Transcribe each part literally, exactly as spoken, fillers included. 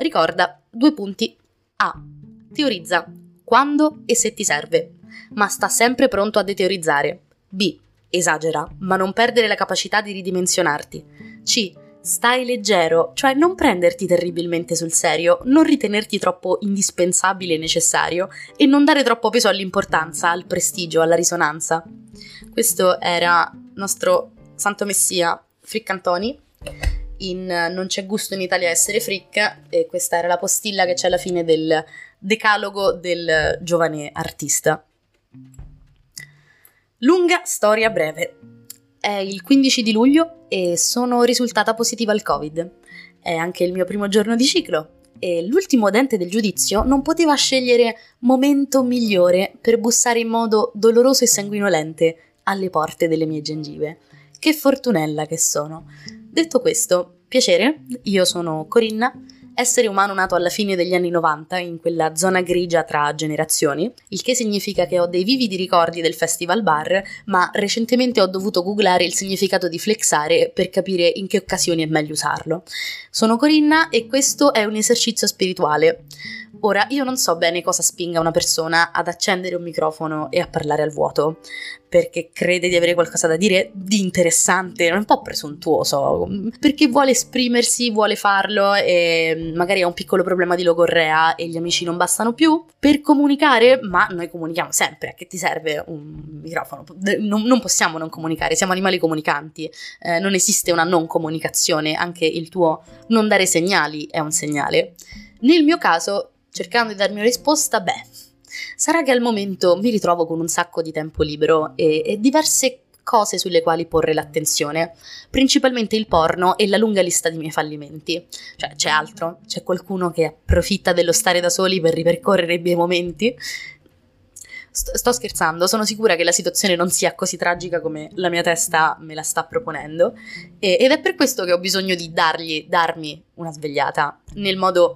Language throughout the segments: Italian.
Ricorda due punti. A. Teorizza quando e se ti serve, ma sta sempre pronto a deteorizzare. B. Esagera, ma non perdere la capacità di ridimensionarti. C. Stai leggero, cioè non prenderti terribilmente sul serio, non ritenerti troppo indispensabile e necessario e non dare troppo peso all'importanza, al prestigio, alla risonanza. Questo era nostro santo messia Friccantoni in Non c'è gusto in Italia essere fric, e questa era la postilla che c'è alla fine del decalogo del giovane artista. Lunga storia breve. È il quindici di luglio e sono risultata positiva al Covid. È anche il mio primo giorno di ciclo e l'ultimo dente del giudizio non poteva scegliere momento migliore per bussare in modo doloroso e sanguinolente alle porte delle mie gengive. Che fortunella che sono. Detto questo, piacere, io sono Corinna, essere umano nato alla fine degli anni novanta, in quella zona grigia tra generazioni, il che significa che ho dei vividi ricordi del Festival Bar, ma recentemente ho dovuto googlare il significato di flexare per capire in che occasioni è meglio usarlo. Sono Corinna e questo è un esercizio spirituale. Ora, io non so bene cosa spinga una persona ad accendere un microfono e a parlare al vuoto, perché crede di avere qualcosa da dire di interessante, un po' presuntuoso, perché vuole esprimersi, vuole farlo e magari ha un piccolo problema di logorrea e gli amici non bastano più per comunicare, ma noi comunichiamo sempre. A che ti serve un microfono? Non, non possiamo non comunicare, siamo animali comunicanti, eh, non esiste una non comunicazione, anche il tuo non dare segnali è un segnale. Nel mio caso, cercando di darmi una risposta, beh, sarà che al momento mi ritrovo con un sacco di tempo libero e, e diverse cose sulle quali porre l'attenzione, principalmente il porno e la lunga lista di miei fallimenti. Cioè, c'è altro? C'è qualcuno che approfitta dello stare da soli per ripercorrere i miei momenti? Sto, sto scherzando, sono sicura che la situazione non sia così tragica come la mia testa me la sta proponendo e, ed è per questo che ho bisogno di dargli, darmi una svegliata nel modo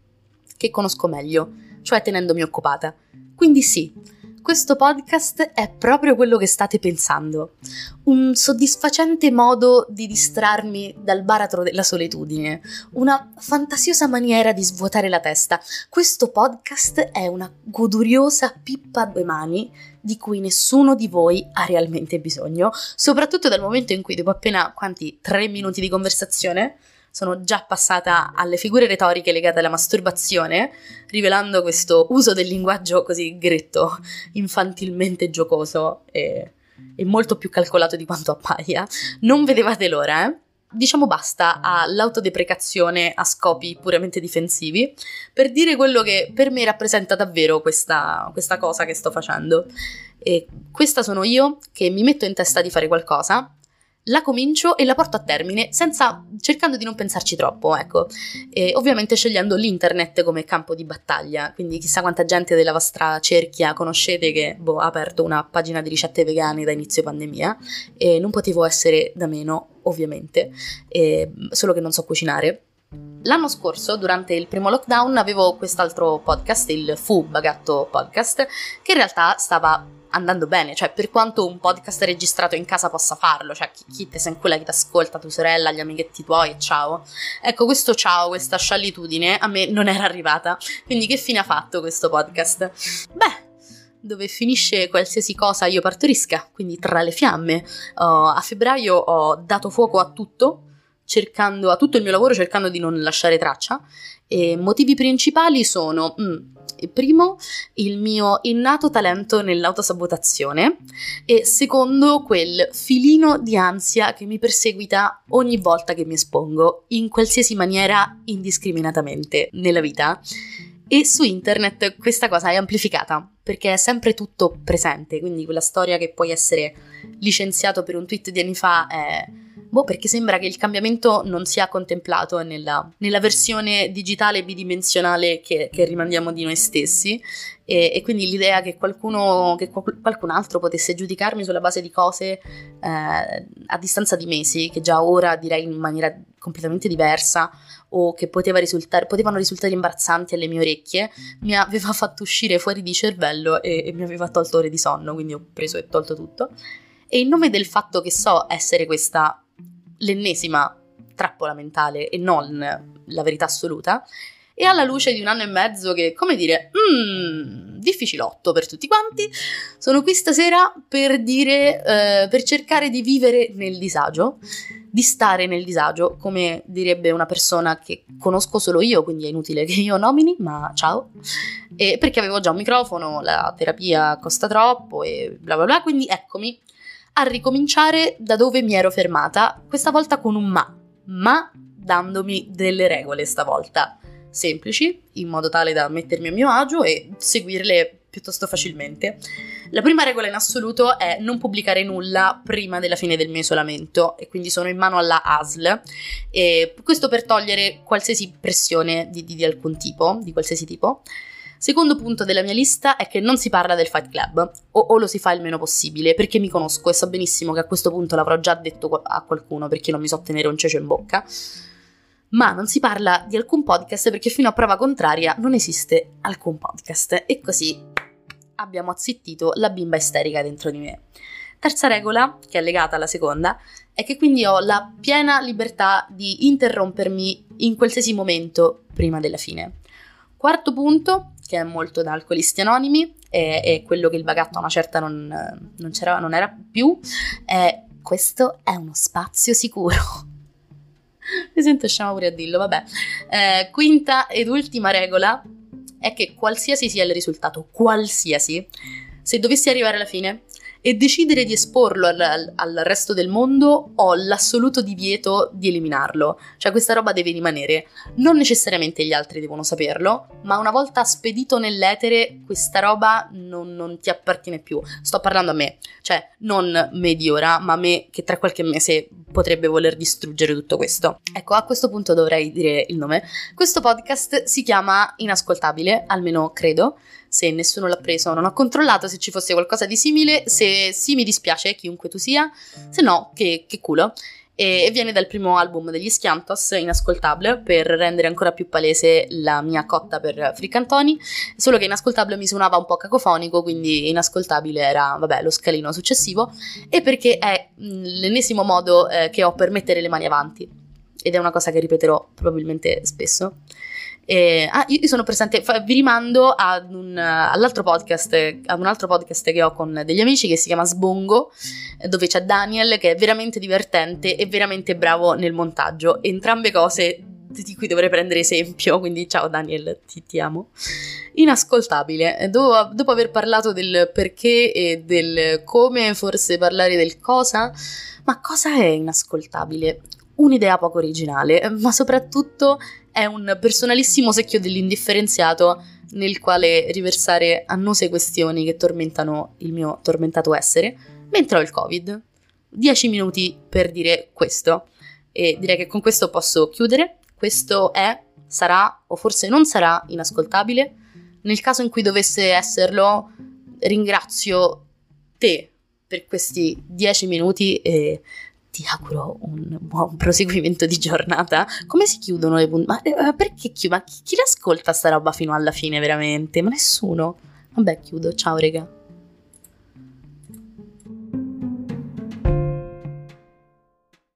che conosco meglio, cioè tenendomi occupata. Quindi sì, questo podcast è proprio quello che state pensando, un soddisfacente modo di distrarmi dal baratro della solitudine, una fantasiosa maniera di svuotare la testa. Questo podcast è una goduriosa pippa a due mani di cui nessuno di voi ha realmente bisogno, soprattutto dal momento in cui dopo appena, quanti, tre minuti di conversazione, sono già passata alle figure retoriche legate alla masturbazione, rivelando questo uso del linguaggio così gretto, infantilmente giocoso e, e molto più calcolato di quanto appaia. Non vedevate l'ora, eh? Diciamo basta all'autodeprecazione a scopi puramente difensivi per dire quello che per me rappresenta davvero questa, questa cosa che sto facendo. E questa sono io che mi metto in testa di fare qualcosa, la comincio e la porto a termine senza, cercando di non pensarci troppo, ecco, e ovviamente scegliendo l'internet come campo di battaglia. Quindi chissà quanta gente della vostra cerchia conoscete che boh, ha aperto una pagina di ricette vegane da inizio pandemia e non potevo essere da meno, ovviamente, e, solo che non so cucinare. L'anno scorso, durante il primo lockdown, avevo quest'altro podcast, il Fu Bagatto Podcast, che in realtà stava andando bene, cioè per quanto un podcast registrato in casa possa farlo, cioè chi, chi te sei quella che ti ascolta, tua sorella, gli amichetti tuoi e ciao. Ecco, questo ciao, questa sciallitudine a me non era arrivata, quindi che fine ha fatto questo podcast? Beh, dove finisce qualsiasi cosa io partorisca, quindi tra le fiamme. Uh, a febbraio ho dato fuoco a tutto, cercando, a tutto il mio lavoro cercando di non lasciare traccia, e motivi principali sono... Mm, primo, il mio innato talento nell'autosabotazione e secondo, quel filino di ansia che mi perseguita ogni volta che mi espongo in qualsiasi maniera indiscriminatamente nella vita. E su internet questa cosa è amplificata perché è sempre tutto presente, quindi quella storia che puoi essere licenziato per un tweet di anni fa è... Boh, perché sembra che il cambiamento non sia contemplato nella, nella versione digitale bidimensionale che, che rimandiamo di noi stessi e, e quindi l'idea che qualcuno, che qualcun altro potesse giudicarmi sulla base di cose eh, a distanza di mesi, che già ora direi in maniera completamente diversa o che poteva risultare, potevano risultare imbarazzanti alle mie orecchie, mi aveva fatto uscire fuori di cervello e, e mi aveva tolto ore di sonno, quindi ho preso e tolto tutto. E in nome del fatto che so essere questa l'ennesima trappola mentale e non la verità assoluta, E alla luce di un anno e mezzo che, come dire, mm, difficilotto per tutti quanti, sono qui stasera per dire, eh, per cercare di vivere nel disagio, di stare nel disagio, come direbbe una persona che conosco solo io, quindi è inutile che io nomini, ma ciao, e perché avevo già un microfono, la terapia costa troppo e bla bla bla, quindi eccomi a ricominciare da dove mi ero fermata, questa volta con un ma, ma dandomi delle regole stavolta, semplici, in modo tale da mettermi a mio agio e seguirle piuttosto facilmente. La prima regola in assoluto è non pubblicare nulla prima della fine del mio isolamento, e quindi sono in mano alla A S L, e questo per togliere qualsiasi pressione di, di, di alcun tipo, di qualsiasi tipo. Secondo punto della mia lista è che non si parla del Fight Club, o, o lo si fa il meno possibile, perché mi conosco e so benissimo che a questo punto l'avrò già detto a qualcuno, perché non mi so tenere un cecio in bocca. Ma non si parla di alcun podcast perché fino a prova contraria non esiste alcun podcast, e così abbiamo azzittito la bimba isterica dentro di me. Terza regola, che è legata alla seconda, è che quindi ho la piena libertà di interrompermi in qualsiasi momento prima della fine. Quarto punto, che è molto da Alcolisti Anonimi, è, è quello che il bagatto a una certa non, non, c'era, non era più, è questo è uno spazio sicuro. Mi sento scema pure a dirlo, vabbè. Eh, quinta ed ultima regola è che qualsiasi sia il risultato, qualsiasi, se dovessi arrivare alla fine e decidere di esporlo al, al, al resto del mondo, ho l'assoluto divieto di eliminarlo. Cioè questa roba deve rimanere. Non necessariamente gli altri devono saperlo, ma una volta spedito nell'etere, questa roba non, non ti appartiene più. Sto parlando a me, cioè non me di ora, ma me che tra qualche mese potrebbe voler distruggere tutto questo. Ecco, a questo punto dovrei dire il nome. Questo podcast si chiama Inascoltabile, almeno credo. Se nessuno l'ha preso, non ho controllato se ci fosse qualcosa di simile. Se sì, mi dispiace, chiunque tu sia. Se no, che, che culo. E, e viene dal primo album degli Schiantos, Inascoltable, per rendere ancora più palese la mia cotta per Fricantoni. Solo che Inascoltable mi suonava un po' cacofonico, quindi Inascoltabile era, vabbè, lo scalino successivo. E perché è mh, l'ennesimo modo eh, che ho per mettere le mani avanti. Ed è una cosa che ripeterò probabilmente spesso. Eh, ah, io sono presente, fa, vi rimando ad un, all'altro podcast, ad un altro podcast che ho con degli amici che si chiama Sbongo, dove c'è Daniel che è veramente divertente e veramente bravo nel montaggio, entrambe cose di cui dovrei prendere esempio, quindi ciao Daniel, ti, ti amo. Inascoltabile, dopo, dopo aver parlato del perché e del come, forse parlare del cosa, ma cosa è inascoltabile? Un'idea poco originale, ma soprattutto è un personalissimo secchio dell'indifferenziato nel quale riversare annose questioni che tormentano il mio tormentato essere, mentre ho il Covid. Dieci minuti per dire questo, e direi che con questo posso chiudere. Questo è, sarà o forse non sarà inascoltabile. Nel caso in cui dovesse esserlo, ringrazio te per questi dieci minuti e ti auguro un buon proseguimento di giornata. Come si chiudono le puntate? Ma perché chiudo? Ma chi, chi l'ascolta sta roba fino alla fine veramente? Ma nessuno. Vabbè, chiudo. Ciao, rega.